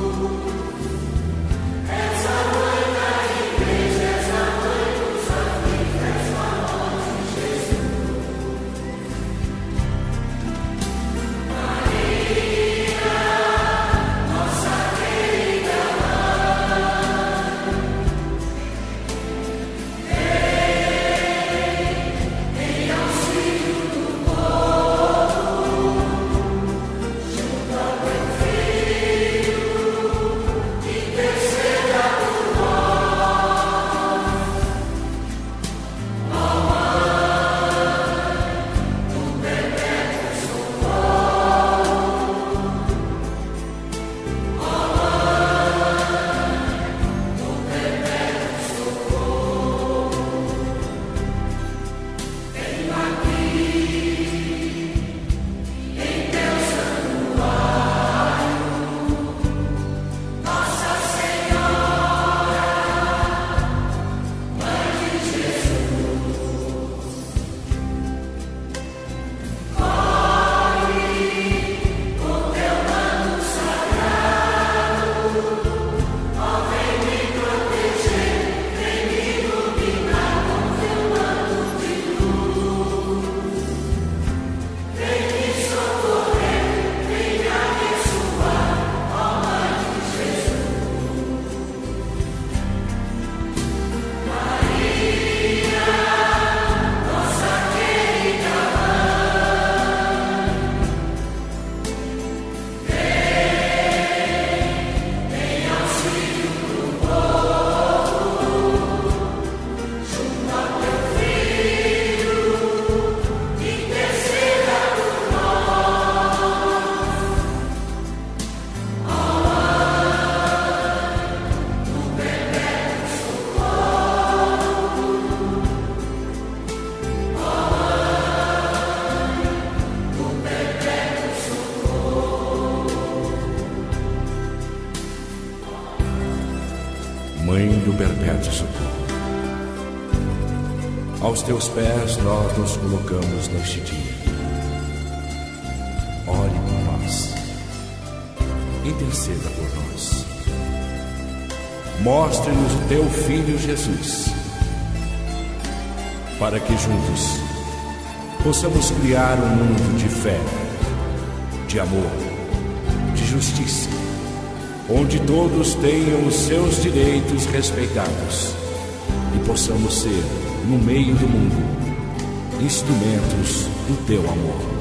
Mãe do perpétuo socorro, aos teus pés nós nos colocamos neste dia. Ore por nós, interceda por nós. Mostre-nos o teu Filho Jesus, para que juntos possamos criar um mundo de fé, de amor, de justiça, onde todos tenham os seus direitos respeitados e possamos ser, no meio do mundo, instrumentos do teu amor.